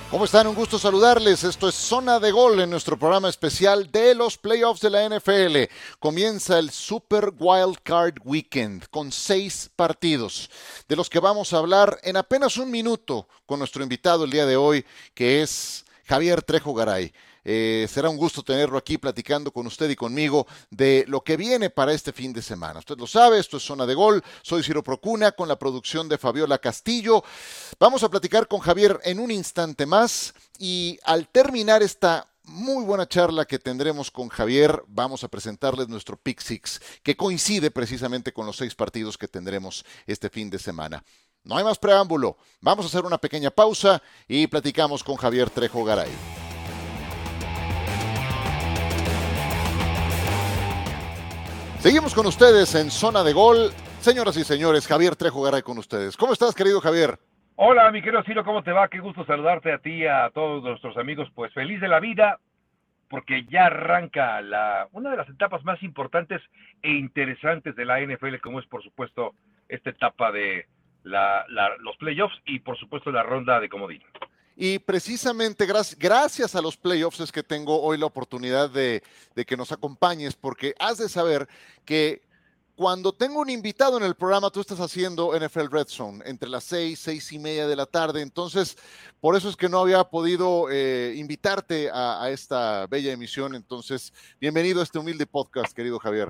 ¿Cómo están? Un gusto saludarles. Esto es Zona de Gol en nuestro programa especial de los playoffs de la NFL. Comienza el Super Wild Card Weekend con 6 partidos, de los que vamos a hablar en apenas un minuto con nuestro invitado el día de hoy, que es Javier Trejo Garay. Será un gusto tenerlo aquí platicando con usted y conmigo de lo que viene para este fin de semana. Usted lo sabe, esto es Zona de Gol. Soy Ciro Procuna con la producción de Fabiola Castillo. Vamos a platicar con Javier en un instante más y al terminar esta muy buena charla que tendremos con Javier, vamos a presentarles nuestro Pick Six, que coincide precisamente con los 6 partidos que tendremos este fin de semana. No hay más preámbulo, vamos a hacer una pequeña pausa y platicamos con Javier Trejo Garay. Seguimos con ustedes en Zona de Gol. Señoras y señores, Javier Trejo Garay con ustedes. ¿Cómo estás, querido Javier? Hola, mi querido Ciro, ¿cómo te va? Qué gusto saludarte a ti y a todos nuestros amigos. Pues feliz de la vida, porque ya arranca una de las etapas más importantes e interesantes de la NFL, como es, por supuesto, esta etapa de los playoffs y, por supuesto, la ronda de comodín. Y precisamente gracias a los playoffs es que tengo hoy la oportunidad de que nos acompañes, porque has de saber que cuando tengo un invitado en el programa, tú estás haciendo NFL Red Zone entre las 6:30 de la tarde. Entonces, por eso es que no había podido invitarte a esta bella emisión. Entonces, bienvenido a este humilde podcast, querido Javier.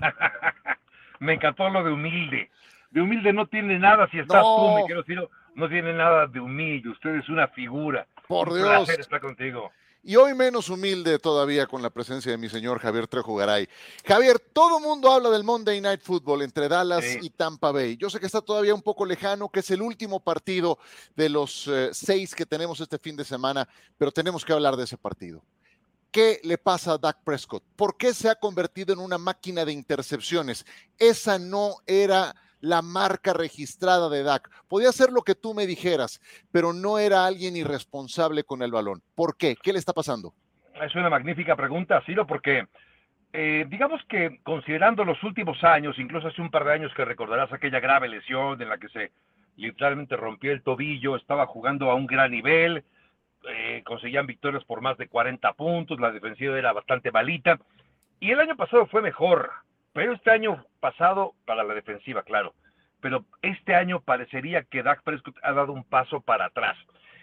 Me encantó lo de humilde. De humilde no tiene nada, si estás tú, mi No, querido Ciro, no tiene nada de humilde. Usted es una figura. por Un Dios. placer estar contigo. Y hoy menos humilde todavía con la presencia de mi señor Javier Trejo Garay. Javier, todo mundo habla del Monday Night Football entre Dallas Sí. y Tampa Bay. Yo sé que está todavía un poco lejano, que es el último partido de los 6 que tenemos este fin de semana, pero tenemos que hablar de ese partido. ¿Qué le pasa a Dak Prescott? ¿Por qué se ha convertido en una máquina de intercepciones? Esa no era la marca registrada de Dak. Podía ser lo que tú me dijeras, pero no era alguien irresponsable con el balón. ¿Por qué? ¿Qué le está pasando? Es una magnífica pregunta, Ciro, porque digamos que considerando los últimos años, incluso hace un par de años que recordarás aquella grave lesión en la que se literalmente rompió el tobillo, estaba jugando a un gran nivel, conseguían victorias por más de 40 puntos, la defensiva era bastante malita, y el año pasado fue mejor, pero este año pasado, para la defensiva, claro, pero este año parecería que Dak Prescott ha dado un paso para atrás.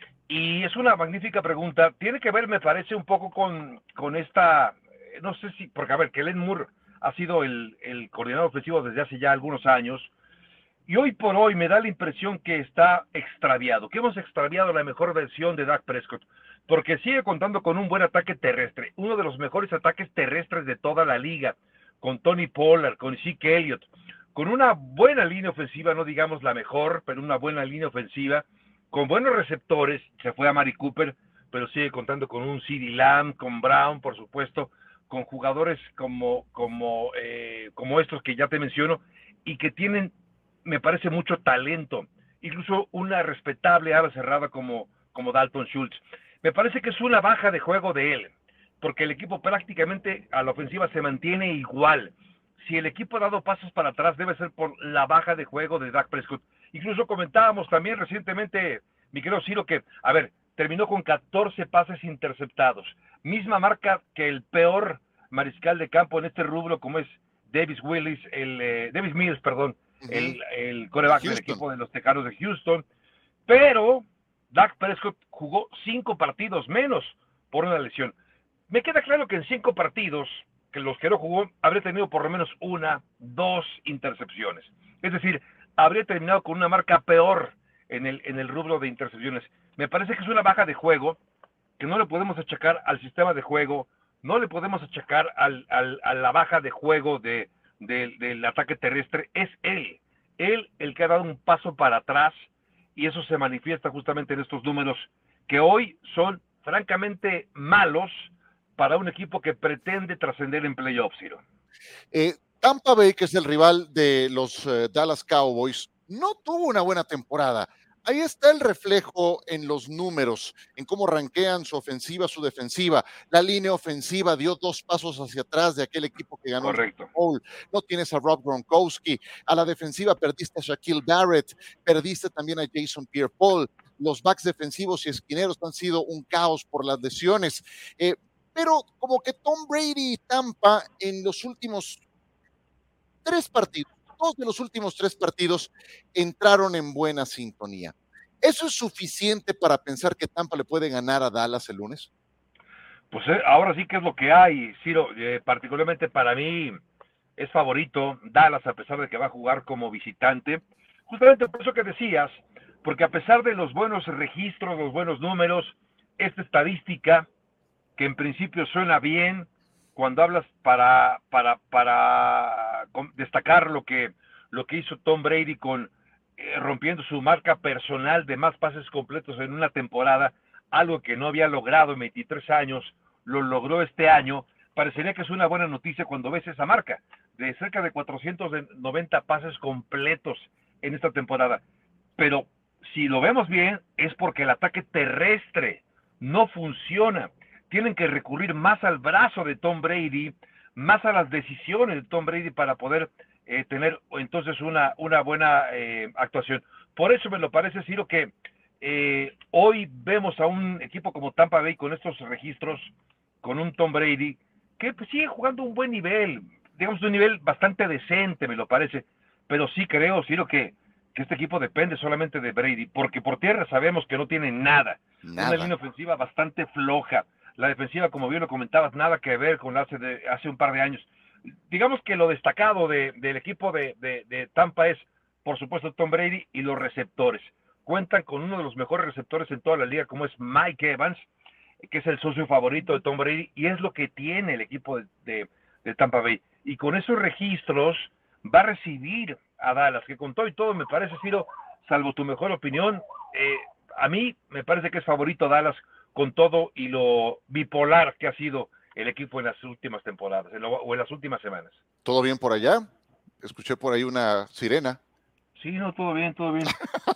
Y es una magnífica pregunta. Tiene que ver, me parece, un poco con esta, no sé si, porque a ver, Kellen Moore ha sido el coordinador ofensivo desde hace ya algunos años, y hoy por hoy me da la impresión que está extraviado, que hemos extraviado la mejor versión de Dak Prescott, porque sigue contando con un buen ataque terrestre, uno de los mejores ataques terrestres de toda la liga, con Tony Pollard, con Zeke Elliott, con una buena línea ofensiva, no digamos la mejor, pero una buena línea ofensiva, con buenos receptores. Se fue a Mari Cooper, pero sigue contando con un CeeDee Lamb, con Brown, por supuesto, con jugadores como estos que ya te menciono, y que tienen, me parece, mucho talento, incluso una respetable ala cerrada como Dalton Schultz. Me parece que es una baja de juego de él, porque el equipo prácticamente a la ofensiva se mantiene igual. Si el equipo ha dado pasos para atrás, debe ser por la baja de juego de Dak Prescott. Incluso comentábamos también recientemente, mi querido Ciro, que, a ver, terminó con 14 pases interceptados, misma marca que el peor mariscal de campo en este rubro, como es Davis Mills, perdón, Uh-huh. el quarterback del Houston. equipo de los Tejanos de Houston. Pero Dak Prescott jugó 5 partidos menos por una lesión. Me queda claro que en 5 partidos que los que no jugó, habría tenido por lo menos 1, 2 intercepciones. Es decir, habría terminado con una marca peor en el rubro de intercepciones. Me parece que es una baja de juego que no le podemos achacar al sistema de juego, no le podemos achacar a la baja de juego del ataque terrestre. Es él el que ha dado un paso para atrás, y eso se manifiesta justamente en estos números que hoy son francamente malos para un equipo que pretende trascender en playoffs, Ciro. Tampa Bay, que es el rival de los Dallas Cowboys, no tuvo una buena temporada. Ahí está el reflejo en los números, en cómo ranquean su ofensiva, su defensiva. La línea ofensiva dio 2 pasos hacia atrás de aquel equipo que ganó el Super Correcto. Bowl. No tienes a Rob Gronkowski. A la defensiva perdiste a Shaquille Barrett, perdiste también a Jason Pierre-Paul. los backs defensivos y esquineros han sido un caos por las lesiones. Pero como que Tom Brady y Tampa en los últimos 3 partidos, 2 de los últimos 3 partidos entraron en buena sintonía. ¿Eso es suficiente para pensar que Tampa le puede ganar a Dallas el lunes? Pues ahora sí que es lo que hay, Ciro, particularmente para mí es favorito Dallas a pesar de que va a jugar como visitante, justamente por eso que decías, porque a pesar de los buenos registros, los buenos números, esta estadística que en principio suena bien cuando hablas para destacar lo que hizo Tom Brady con rompiendo su marca personal de más pases completos en una temporada, algo que no había logrado en 23 años, lo logró este año. Parecería que es una buena noticia cuando ves esa marca de cerca de 490 pases completos en esta temporada. Pero si lo vemos bien, es porque el ataque terrestre no funciona. Tienen que recurrir más al brazo de Tom Brady, más a las decisiones de Tom Brady para poder tener entonces una buena actuación. Por eso me lo parece, Ciro, que hoy vemos a un equipo como Tampa Bay con estos registros, con un Tom Brady, que pues, sigue jugando un buen nivel, digamos un nivel bastante decente, me lo parece, pero sí creo, Ciro, que este equipo depende solamente de Brady, porque por tierra sabemos que no tiene nada. Una línea ofensiva bastante floja. La defensiva, como bien lo comentabas, nada que ver con hace un par de años. Digamos que lo destacado del equipo de Tampa es, por supuesto, Tom Brady y los receptores. Cuentan con uno de los mejores receptores en toda la liga, como es Mike Evans, que es el socio favorito de Tom Brady, y es lo que tiene el equipo de Tampa Bay. Y con esos registros va a recibir a Dallas, que con todo y todo me parece, Ciro, salvo tu mejor opinión, a mí me parece que es favorito Dallas con todo y lo bipolar que ha sido el equipo en las últimas temporadas o en las últimas semanas. ¿Todo bien por allá? Escuché por ahí una sirena. Sí, no, todo bien, todo bien.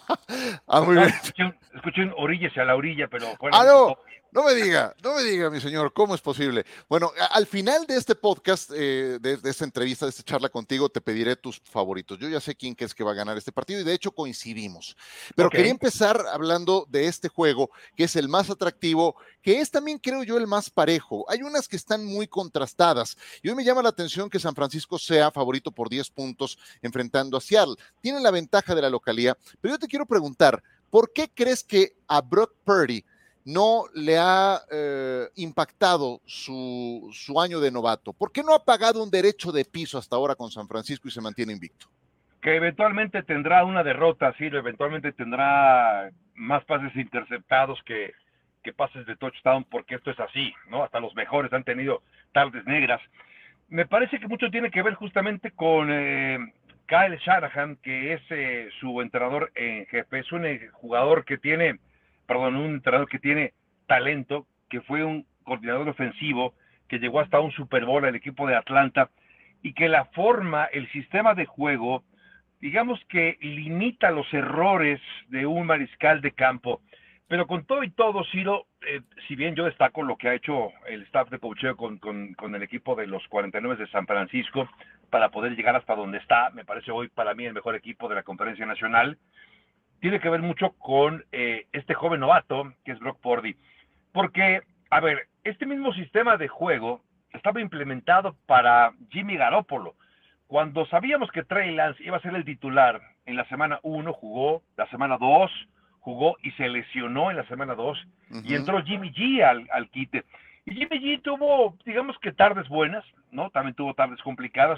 Muy bien. Escuché un oríllese a la orilla, pero fuera no, no me diga, mi señor, ¿cómo es posible? Bueno, al final de este podcast, de esta entrevista, de esta charla contigo, te pediré tus favoritos. Yo ya sé quién crees que va a ganar este partido y de hecho coincidimos. Pero quería empezar hablando de este juego, que es el más atractivo, que es también, creo yo, el más parejo. Hay unas que están muy contrastadas y hoy me llama la atención que San Francisco sea favorito por 10 puntos enfrentando a Seattle. Tienen la ventaja de la localía, pero yo te quiero preguntar, ¿por qué crees que a Brock Purdy no le ha impactado su año de novato? ¿Por qué no ha pagado un derecho de piso hasta ahora con San Francisco y se mantiene invicto? Que eventualmente tendrá una derrota, sí, eventualmente tendrá más pases interceptados que pases de touchdown, porque esto es así, ¿no? Hasta los mejores han tenido tardes negras. Me parece que mucho tiene que ver justamente con Kyle Shanahan, que es su entrenador en jefe. Es un jugador que tiene, un entrenador que tiene talento, que fue un coordinador ofensivo, que llegó hasta un Super Bowl al equipo de Atlanta, y que la forma, el sistema de juego, digamos que limita los errores de un mariscal de campo. Pero con todo y todo, Ciro, si bien yo destaco lo que ha hecho el staff de coacheo con el equipo de los 49 de San Francisco para poder llegar hasta donde está, me parece hoy para mí el mejor equipo de la Conferencia Nacional, tiene que ver mucho con este joven novato que es Brock Purdy. Porque, a ver, este mismo sistema de juego estaba implementado para Jimmy Garoppolo. Cuando sabíamos que Trey Lance iba a ser el titular en la semana 1, jugó, la semana 2 jugó y se lesionó en la semana 2 y entró Jimmy G al quite. Y Jimmy G tuvo, digamos que tardes buenas, ¿no? También tuvo tardes complicadas,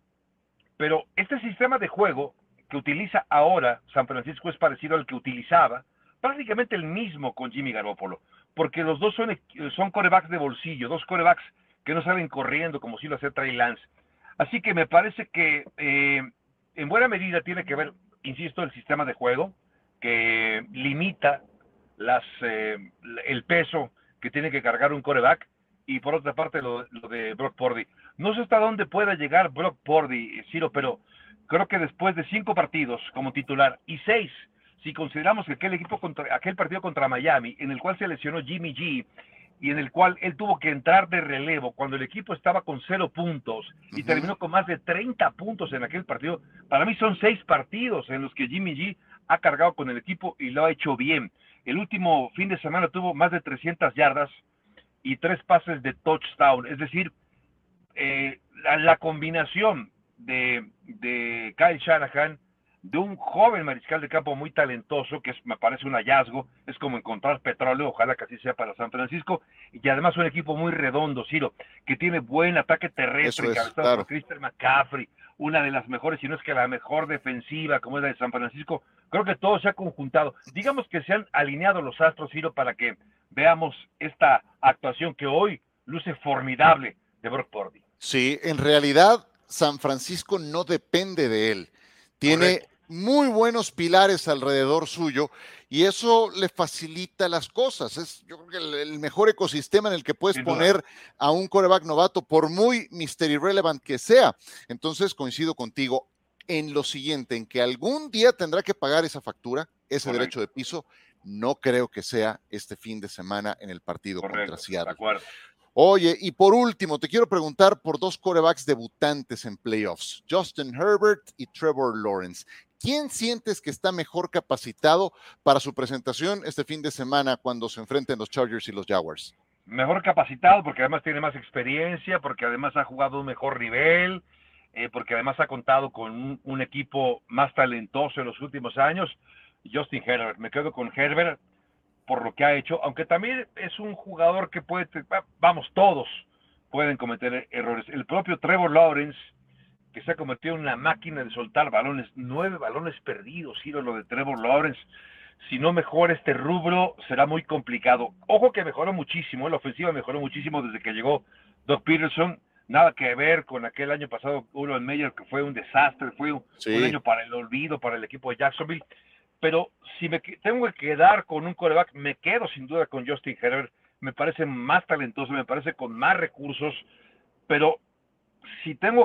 pero este sistema de juego que utiliza ahora San Francisco es parecido al que utilizaba, prácticamente el mismo con Jimmy Garoppolo, porque los dos son quarterbacks de bolsillo, dos quarterbacks que no salen corriendo como si lo hacía Trey Lance. Así que me parece que en buena medida tiene que ver, insisto, el sistema de juego que limita el peso que tiene que cargar un quarterback, y por otra parte lo de Brock Purdy. No sé hasta dónde pueda llegar Brock Purdy, Ciro, pero creo que después de 5 partidos como titular y 6, si consideramos que aquel partido contra Miami, en el cual se lesionó Jimmy G, y en el cual él tuvo que entrar de relevo cuando el equipo estaba con 0 puntos y terminó con más de 30 puntos en aquel partido. Para mí son 6 partidos en los que Jimmy G ha cargado con el equipo y lo ha hecho bien. el último fin de semana tuvo más de 300 yardas y 3 pases de touchdown. Es decir, la combinación de Kyle Shanahan, de un joven mariscal de campo muy talentoso, que me parece un hallazgo, es como encontrar petróleo, ojalá que así sea para San Francisco, y además un equipo muy redondo, Ciro, que tiene buen ataque terrestre, Eso es, encabezado por claro. Christian McCaffrey, una de las mejores, si no es que la mejor defensiva, como es la de San Francisco. Creo que todo se ha conjuntado. Digamos que se han alineado los astros, Ciro, para que veamos esta actuación que hoy luce formidable de Brock Purdy. Sí, en realidad San Francisco no depende de él. Tiene Correcto. muy buenos pilares alrededor suyo y eso le facilita las cosas. Es, yo creo que el mejor ecosistema en el que puedes Sin duda. poner a un quarterback novato, por muy Mr. Irrelevant que sea. Entonces coincido contigo en lo siguiente, en que algún día tendrá que pagar esa factura, ese derecho Correcto. de piso. No creo que sea este fin de semana en el partido contra Correcto. De Seattle. acuerdo. Oye, y por último, te quiero preguntar por 2 quarterbacks debutantes en playoffs, Justin Herbert y Trevor Lawrence. ¿Quién sientes que está mejor capacitado para su presentación este fin de semana cuando se enfrenten los Chargers y los Jaguars? Mejor capacitado porque además tiene más experiencia, porque además ha jugado un mejor nivel, porque además ha contado con un equipo más talentoso en los últimos años. Justin Herbert, me quedo con Herbert por lo que ha hecho, aunque también es un jugador que puede, vamos, todos pueden cometer errores. El propio Trevor Lawrence, que se ha convertido en una máquina de soltar balones, 9 balones perdidos, Ciro, lo de Trevor Lawrence. Si no mejora este rubro, será muy complicado. Ojo que mejoró muchísimo, la ofensiva mejoró muchísimo desde que llegó Doug Peterson. Nada que ver con aquel año pasado, Urban Meyer, que fue un desastre, fue un Sí, año para el olvido, para el equipo de Jacksonville. Pero si me tengo que quedar con un quarterback, me quedo sin duda con Justin Herbert. Me parece más talentoso, me parece con más recursos, pero si tengo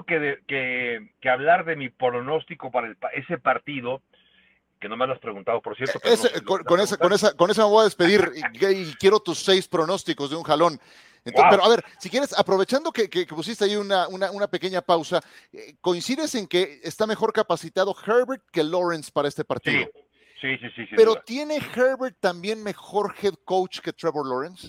que hablar de mi pronóstico para ese partido, que no me lo has preguntado, por cierto, pero no sé lo que estás preguntando. con esa me voy a despedir y quiero tus 6 pronósticos de un jalón. Entonces, Wow. pero a ver, si quieres, aprovechando que pusiste ahí una pequeña pausa, ¿coincides en que está mejor capacitado Herbert que Lawrence para este Sí, partido? sí, sí, sí, sin Pero duda. ¿tiene Herbert también mejor head coach que Trevor Lawrence?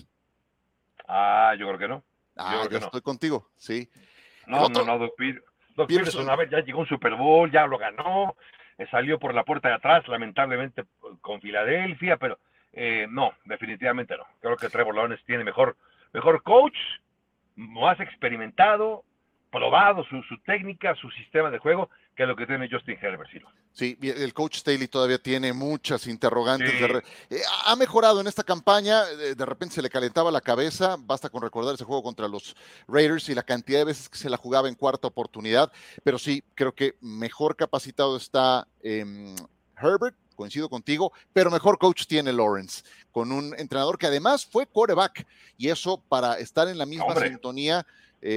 Ah, yo creo que no. Yo Ah, creo ya que no. estoy contigo, sí. El No, no, otro, no, Doug Peterson, Peterson, a ver, ya llegó a un Super Bowl, ya lo ganó, salió por la puerta de atrás, lamentablemente con Filadelfia, pero no, definitivamente no. Creo que Trevor Lawrence tiene mejor coach, más experimentado, probado su técnica, su sistema de juego, que lo que tiene Justin Herbert. ¿Sí? sí, el coach Staley todavía tiene muchas Sí, interrogantes. Ha mejorado en esta campaña, de repente se le calentaba la cabeza, basta con recordar ese juego contra los Raiders y la cantidad de veces que se la jugaba en cuarta oportunidad, pero sí, creo que mejor capacitado está Herbert, coincido contigo, pero mejor coach tiene Lawrence, con un entrenador que además fue quarterback, y eso para estar en la misma hombre, sintonía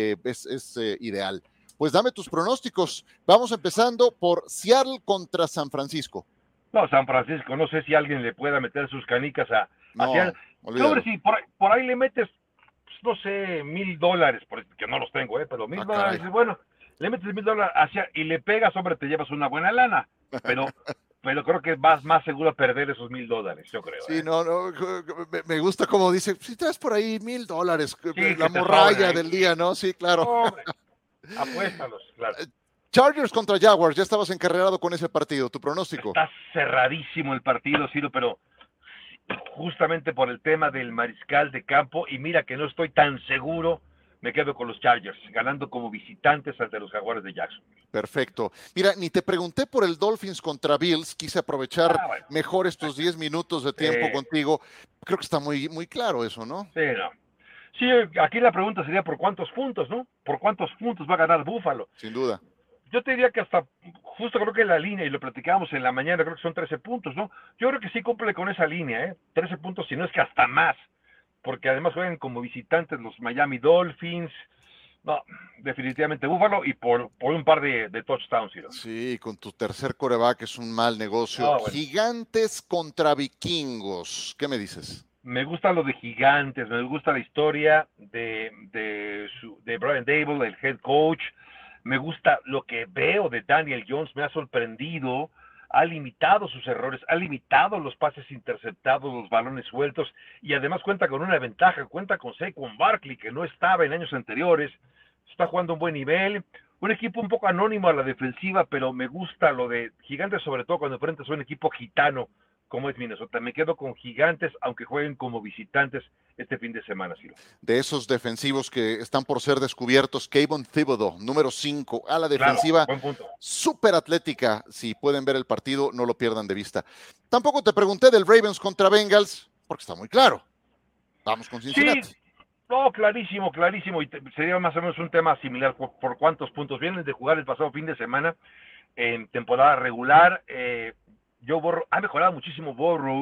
es ideal. Pues dame tus pronósticos. Vamos empezando por Seattle contra San Francisco. no, San Francisco, no sé si alguien le pueda meter sus canicas hacia. No, Hombre, olvídalo. si por ahí le metes, pues, no sé, $1,000, que no los tengo, pero Ah, $1,000, caray. bueno, le metes $1,000 hacia y le pegas, hombre, te llevas una buena lana, pero, pero creo que vas más seguro a perder esos $1,000, yo creo, Sí, no, no, me gusta como dice, si traes por ahí $1,000, Sí, la que te sobren morralla ahí. del día, ¿no? Sí, claro. Hombre, apuéstalos, claro. Chargers contra Jaguars, ya estabas encarrerado con ese partido. ¿Tu pronóstico? Está cerradísimo el partido, Ciro, pero justamente por el tema del mariscal de campo, y mira que no estoy tan seguro, me quedo con los Chargers, ganando como visitantes ante los Jaguares de Jackson. Perfecto. Mira, ni te pregunté por el Dolphins contra Bills, quise aprovechar Bueno, mejor estos 10 minutos de tiempo contigo. Creo que está muy, muy claro eso, ¿no? sí, no. Sí, aquí la pregunta sería por cuántos puntos, ¿no? ¿Por cuántos puntos va a ganar Buffalo? Sin duda. Yo te diría que hasta, justo creo que la línea, y lo platicábamos en la mañana, creo que son 13 puntos, ¿no? Yo creo que sí cumple con esa línea, ¿eh? 13 puntos, si no es que hasta más, porque además juegan como visitantes los Miami Dolphins. No, definitivamente Buffalo y por un par de touchdowns. ¿Sí? Sí, con tu tercer coreback es un mal negocio. Oh, bueno. Gigantes contra vikingos. ¿Qué me dices? Me gusta lo de Gigantes, me gusta la historia de Brian Dable, el head coach. Me gusta lo que veo de Daniel Jones, me ha sorprendido. ha limitado sus errores, ha limitado los pases interceptados, los balones sueltos, y además cuenta con una ventaja, cuenta con Saquon Barkley, que no estaba en años anteriores, está jugando un buen nivel, un equipo un poco anónimo a la defensiva, pero me gusta lo de Gigantes, sobre todo cuando enfrentas a un equipo gitano como es Minnesota. Me quedo con Gigantes, aunque jueguen como visitantes este fin de semana, Ciro. De esos defensivos que están por ser descubiertos, Kayvon Thibodeau, número 5, a la defensiva, claro, buen punto. Súper atlética. Si pueden ver el partido, no lo pierdan de vista. Tampoco te pregunté del Ravens contra Bengals, porque está muy claro. Vamos con Cincinnati. Sí, no, clarísimo, y sería más o menos un tema similar por cuántos puntos vienen de jugar el pasado fin de semana en temporada regular. Joe Burrow ha mejorado muchísimo.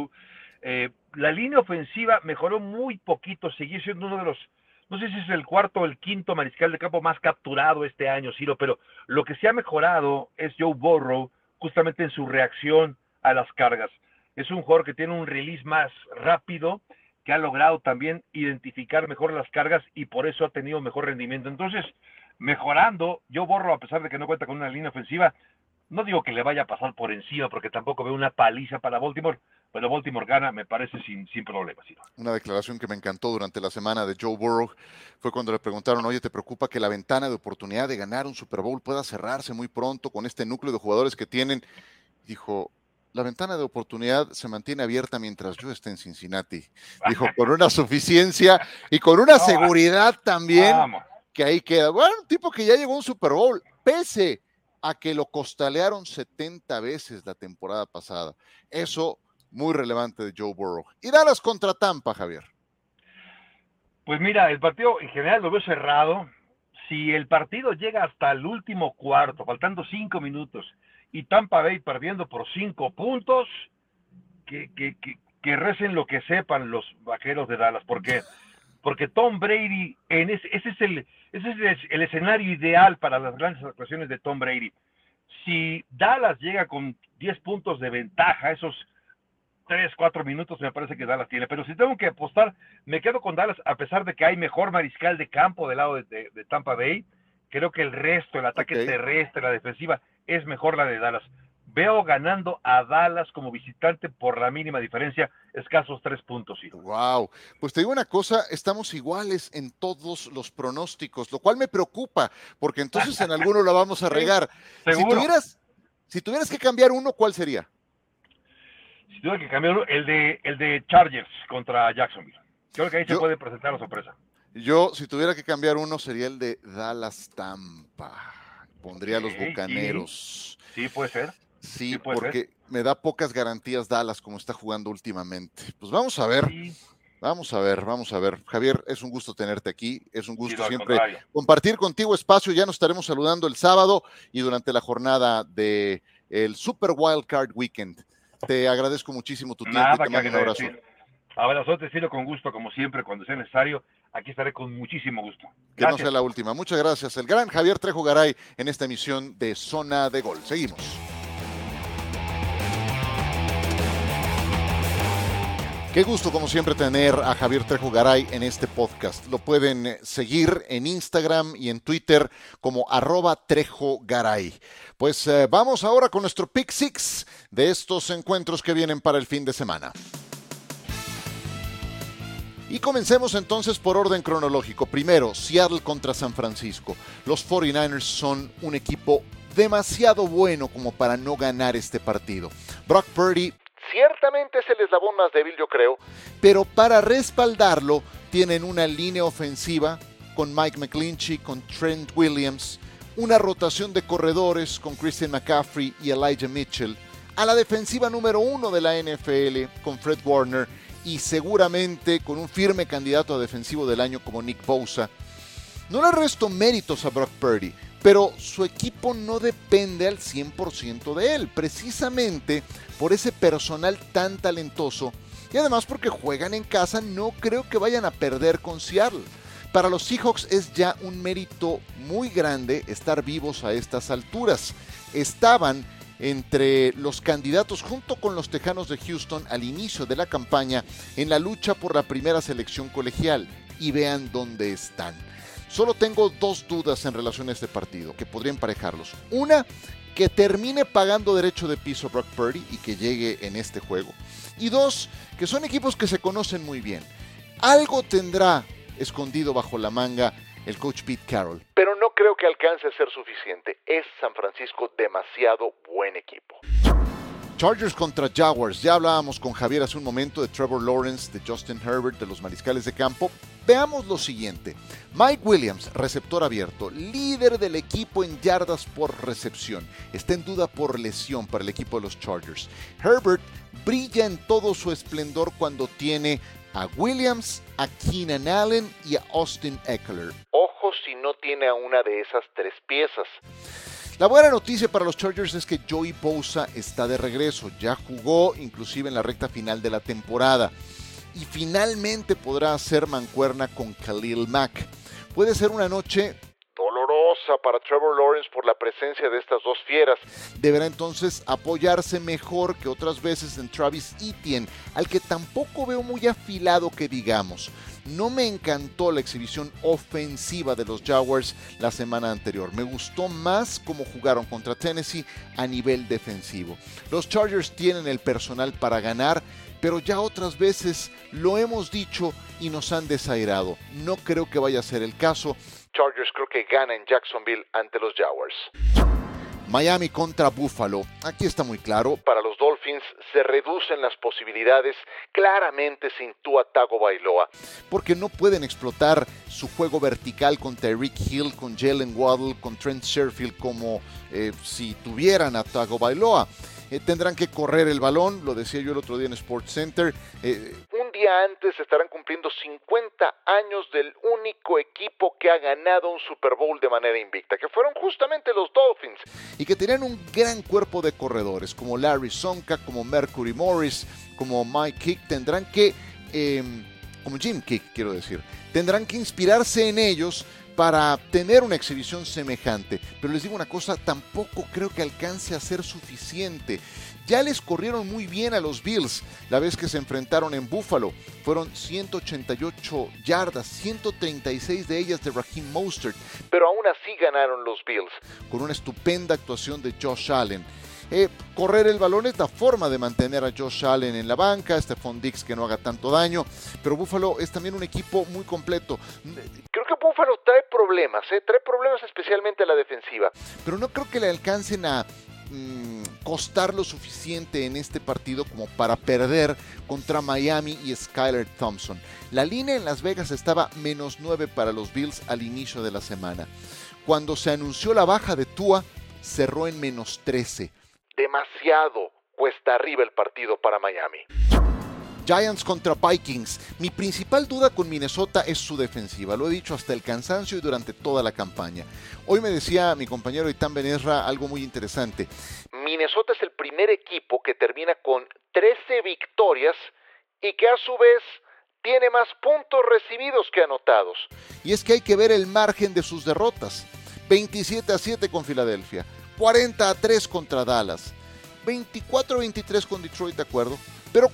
La línea ofensiva mejoró muy poquito, seguía siendo uno de los, no sé si es el cuarto o el quinto mariscal de campo más capturado este año, Ciro, pero lo que se ha mejorado es Joe Burrow justamente en su reacción a las cargas. Es un jugador que tiene un release más rápido, que ha logrado también identificar mejor las cargas y por eso ha tenido mejor rendimiento. Entonces, mejorando, Joe Burrow, a pesar de que no cuenta con una línea ofensiva, no digo que le vaya a pasar por encima, porque tampoco veo una paliza para Baltimore, pero Baltimore gana, me parece, sin problemas. ¿Sí? Una declaración que me encantó durante la semana de Joe Burrow fue cuando le preguntaron, oye, ¿te preocupa que la ventana de oportunidad de ganar un Super Bowl pueda cerrarse muy pronto con este núcleo de jugadores que tienen? Dijo, la ventana de oportunidad se mantiene abierta mientras yo esté en Cincinnati. Dijo, con una suficiencia y con una seguridad también que ahí queda. Bueno, un tipo que ya llegó a un Super Bowl, pese a que lo costalearon 70 veces la temporada pasada. Eso muy relevante de Joe Burrow. Y Dallas contra Tampa, Javier. Pues mira, el partido en general lo veo cerrado. Si el partido llega hasta el último cuarto, faltando 5 minutos, y Tampa Bay perdiendo por 5 puntos, que recen lo que sepan los vaqueros de Dallas, porque Tom Brady, ese es el escenario ideal para las grandes actuaciones de Tom Brady. Si Dallas llega con 10 puntos de ventaja, esos 3-4 minutos me parece que Dallas tiene, pero si tengo que apostar, me quedo con Dallas, a pesar de que hay mejor mariscal de campo del lado de Tampa Bay. Creo que el resto, el ataque terrestre, la defensiva, es mejor la de Dallas. Veo ganando a Dallas como visitante por la mínima diferencia, escasos 3 puntos. ¿Sí? Wow, pues te digo una cosa, estamos iguales en todos los pronósticos, lo cual me preocupa, porque entonces en alguno la vamos a regar. ¿Seguro? Si tuvieras que cambiar uno, ¿cuál sería? Si tuviera que cambiar uno, el de Chargers contra Jacksonville. Creo que ahí se puede presentar la sorpresa. Yo, si tuviera que cambiar uno, sería el de Dallas Tampa. Pondría a los Bucaneros. Sí, puede ser. Sí, porque me da pocas garantías Dallas como está jugando últimamente. Pues vamos a ver. Sí. Vamos a ver. Javier, es un gusto tenerte aquí. Es un gusto siempre compartir contigo espacio. Ya nos estaremos saludando el sábado y durante la jornada del Super Wild Card Weekend. Te agradezco muchísimo tu tiempo y te mando un abrazo. Abrazote, Ciro, con gusto, como siempre, cuando sea necesario. Aquí estaré con muchísimo gusto. Gracias. Que no sea la última. Muchas gracias. El gran Javier Trejo Garay en esta emisión de Zona de Gol. Seguimos. Qué gusto, como siempre, tener a Javier Trejo Garay en este podcast. Lo pueden seguir en Instagram y en Twitter como @TrejoGaray. Pues vamos ahora con nuestro Pick Six de estos encuentros que vienen para el fin de semana. Y comencemos entonces por orden cronológico. Primero, Seattle contra San Francisco. Los 49ers son un equipo demasiado bueno como para no ganar este partido. Brock Purdy ciertamente es el eslabón más débil, yo creo, pero para respaldarlo tienen una línea ofensiva con Mike McGlinchey, con Trent Williams, una rotación de corredores con Christian McCaffrey y Elijah Mitchell, a la defensiva número 1 de la NFL con Fred Warner y seguramente con un firme candidato a defensivo del año como Nick Bosa. No le resto méritos a Brock Purdy, pero su equipo no depende al 100% de él, precisamente por ese personal tan talentoso y además porque juegan en casa. No creo que vayan a perder con Seattle. Para los Seahawks es ya un mérito muy grande estar vivos a estas alturas. Estaban entre los candidatos junto con los Tejanos de Houston al inicio de la campaña en la lucha por la primera selección colegial y vean dónde están. Solo tengo 2 dudas en relación a este partido que podría emparejarlos. Una, que termine pagando derecho de piso Brock Purdy y que llegue en este juego. Y 2, que son equipos que se conocen muy bien. Algo tendrá escondido bajo la manga el coach Pete Carroll. Pero no creo que alcance a ser suficiente. Es San Francisco demasiado buen equipo. Chargers contra Jaguars. Ya hablábamos con Javier hace un momento de Trevor Lawrence, de Justin Herbert, de los mariscales de campo. Veamos lo siguiente. Mike Williams, receptor abierto, líder del equipo en yardas por recepción. Está en duda por lesión para el equipo de los Chargers. Herbert brilla en todo su esplendor cuando tiene a Williams, a Keenan Allen y a Austin Ekeler. Ojo si no tiene a una de esas tres piezas. La buena noticia para los Chargers es que Joey Bosa está de regreso, ya jugó inclusive en la recta final de la temporada y finalmente podrá hacer mancuerna con Khalil Mack. Puede ser una noche dolorosa para Trevor Lawrence por la presencia de estas dos fieras. Deberá entonces apoyarse mejor que otras veces en Travis Etienne, al que tampoco veo muy afilado que digamos. No me encantó la exhibición ofensiva de los Jaguars la semana anterior. Me gustó más cómo jugaron contra Tennessee a nivel defensivo. Los Chargers tienen el personal para ganar, pero ya otras veces lo hemos dicho y nos han desairado. No creo que vaya a ser el caso. Chargers creo que gana en Jacksonville ante los Jaguars. Miami contra Buffalo. Aquí está muy claro. Para los Dolphins se reducen las posibilidades claramente sin Tua Tagovailoa, porque no pueden explotar su juego vertical con Tyreek Hill, con Jalen Waddle, con Trent Sherfield como si tuvieran a Tagovailoa. Tendrán que correr el balón, lo decía yo el otro día en SportsCenter. Un día antes estarán cumpliendo 50 años del único equipo que ha ganado un Super Bowl de manera invicta, que fueron justamente los Dolphins, y que tenían un gran cuerpo de corredores, como Larry Csonka, como Mercury Morris, como Mike Kick. Tendrán que, como Jim Kick, quiero decir, tendrán que inspirarse en ellos para tener una exhibición semejante. Pero les digo una cosa, tampoco creo que alcance a ser suficiente. Ya les corrieron muy bien a los Bills la vez que se enfrentaron en Buffalo. Fueron 188 yardas, 136 de ellas de Raheem Mostert. Pero aún así ganaron los Bills, con una estupenda actuación de Josh Allen. Correr el balón es la forma de mantener a Josh Allen en la banca, Stephon Diggs que no haga tanto daño, pero Buffalo es también un equipo muy completo. Creo que Buffalo trae problemas especialmente a la defensiva, pero no creo que le alcancen a costar lo suficiente en este partido como para perder contra Miami y Skylar Thompson. La línea en Las Vegas estaba -9 para los Bills al inicio de la semana. Cuando se anunció la baja de Tua, cerró en -13. Demasiado cuesta arriba el partido para Miami. Giants contra Vikings. Mi principal duda con Minnesota es su defensiva. Lo he dicho hasta el cansancio y durante toda la campaña. Hoy me decía mi compañero Itán Benesra algo muy interesante. Minnesota es el primer equipo que termina con 13 victorias y que a su vez tiene más puntos recibidos que anotados. Y es que hay que ver el margen de sus derrotas. 27-7 con Filadelfia, 40-3 contra Dallas, 24-23 con Detroit, de acuerdo, pero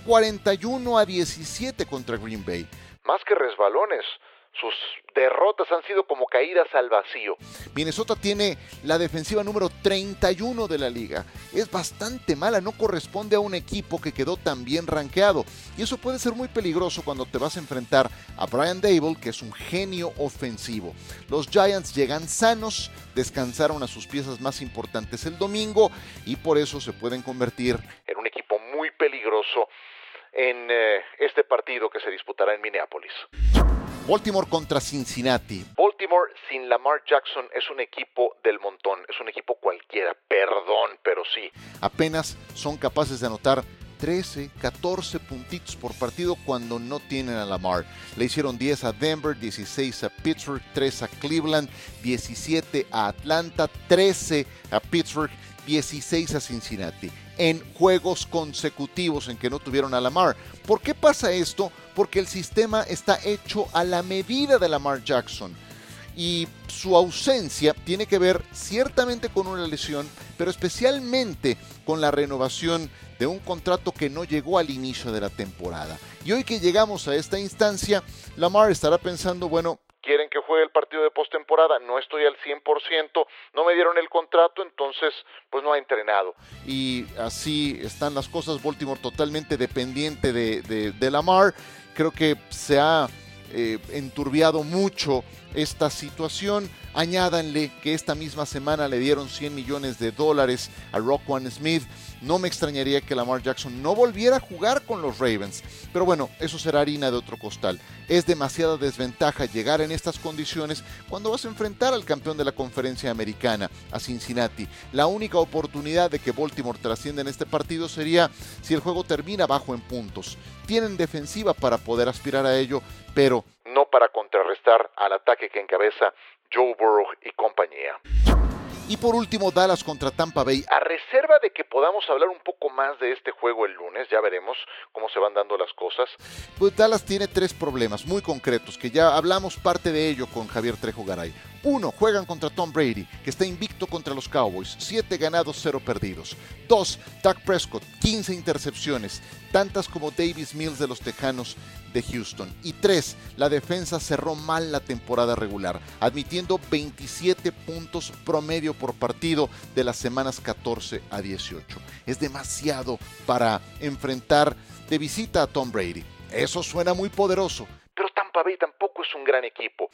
41-17 contra Green Bay. Más que resbalones, sus derrotas han sido como caídas al vacío. Minnesota tiene la defensiva número 31 de la liga. Es bastante mala, no corresponde a un equipo que quedó tan bien rankeado. Y eso puede ser muy peligroso cuando te vas a enfrentar a Brian Daboll, que es un genio ofensivo. Los Giants llegan sanos, descansaron a sus piezas más importantes el domingo y por eso se pueden convertir en un equipo muy peligroso en este partido que se disputará en Minneapolis. Baltimore contra Cincinnati. Baltimore sin Lamar Jackson es un equipo del montón, es un equipo cualquiera, perdón, pero sí. Apenas son capaces de anotar 13, 14 puntitos por partido cuando no tienen a Lamar. Le hicieron 10 a Denver, 16 a Pittsburgh, 3 a Cleveland, 17 a Atlanta, 13 a Pittsburgh, 16 a Cincinnati. En juegos consecutivos en que no tuvieron a Lamar. ¿Por qué pasa esto? Porque el sistema está hecho a la medida de Lamar Jackson y su ausencia tiene que ver ciertamente con una lesión, pero especialmente con la renovación de un contrato que no llegó al inicio de la temporada. Y hoy que llegamos a esta instancia, Lamar estará pensando, bueno, quieren que juegue el partido de postemporada, no estoy al 100%, no me dieron el contrato, entonces pues no ha entrenado. Y así están las cosas. Baltimore totalmente dependiente de Lamar. Creo que se ha enturbiado mucho esta situación. Añádanle que esta misma semana le dieron $100 millones a Roquan Smith. No me extrañaría que Lamar Jackson no volviera a jugar con los Ravens. Pero bueno, eso será harina de otro costal. Es demasiada desventaja llegar en estas condiciones cuando vas a enfrentar al campeón de la conferencia americana, a Cincinnati. La única oportunidad de que Baltimore trascienda en este partido sería si el juego termina bajo en puntos. Tienen defensiva para poder aspirar a ello, pero no para contrarrestar al ataque que encabeza Joe Burrow y compañía. Y por último, Dallas contra Tampa Bay. A reserva de que podamos hablar un poco más de este juego el lunes, ya veremos cómo se van dando las cosas. Pues Dallas tiene 3 problemas muy concretos, que ya hablamos parte de ello con Javier Trejo Garay. 1. Juegan contra Tom Brady, que está invicto contra los Cowboys, 7 ganados, 0 perdidos. 2. Dak Prescott, 15 intercepciones, tantas como Davis Mills de los Tejanos de Houston. Y 3. La defensa cerró mal la temporada regular, admitiendo 27 puntos promedio por partido de las semanas 14 a 18. Es demasiado para enfrentar de visita a Tom Brady. Eso suena muy poderoso, pero Tampa Bay tampoco es un gran equipo.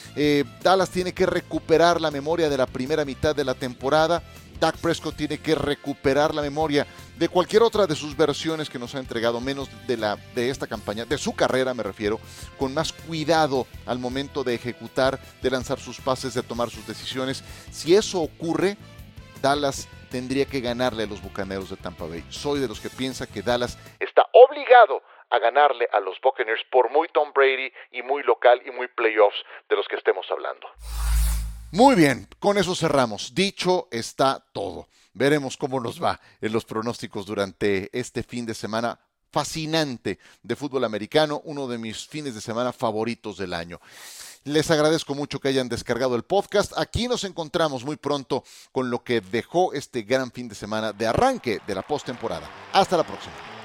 Dallas tiene que recuperar la memoria de la primera mitad de la temporada. Dak Prescott tiene que recuperar la memoria de cualquier otra de sus versiones que nos ha entregado, menos de esta campaña, de su carrera me refiero, con más cuidado al momento de ejecutar, de lanzar sus pases, de tomar sus decisiones. Si eso ocurre, Dallas tendría que ganarle a los Bucaneros de Tampa Bay. Soy de los que piensa que Dallas está obligado a ganarle a los Buccaneers, por muy Tom Brady y muy local y muy playoffs de los que estemos hablando. Muy bien, con eso cerramos. Dicho está todo. Veremos cómo nos va en los pronósticos durante este fin de semana fascinante de fútbol americano, uno de mis fines de semana favoritos del año. Les agradezco mucho que hayan descargado el podcast. Aquí nos encontramos muy pronto con lo que dejó este gran fin de semana de arranque de la postemporada. Hasta la próxima.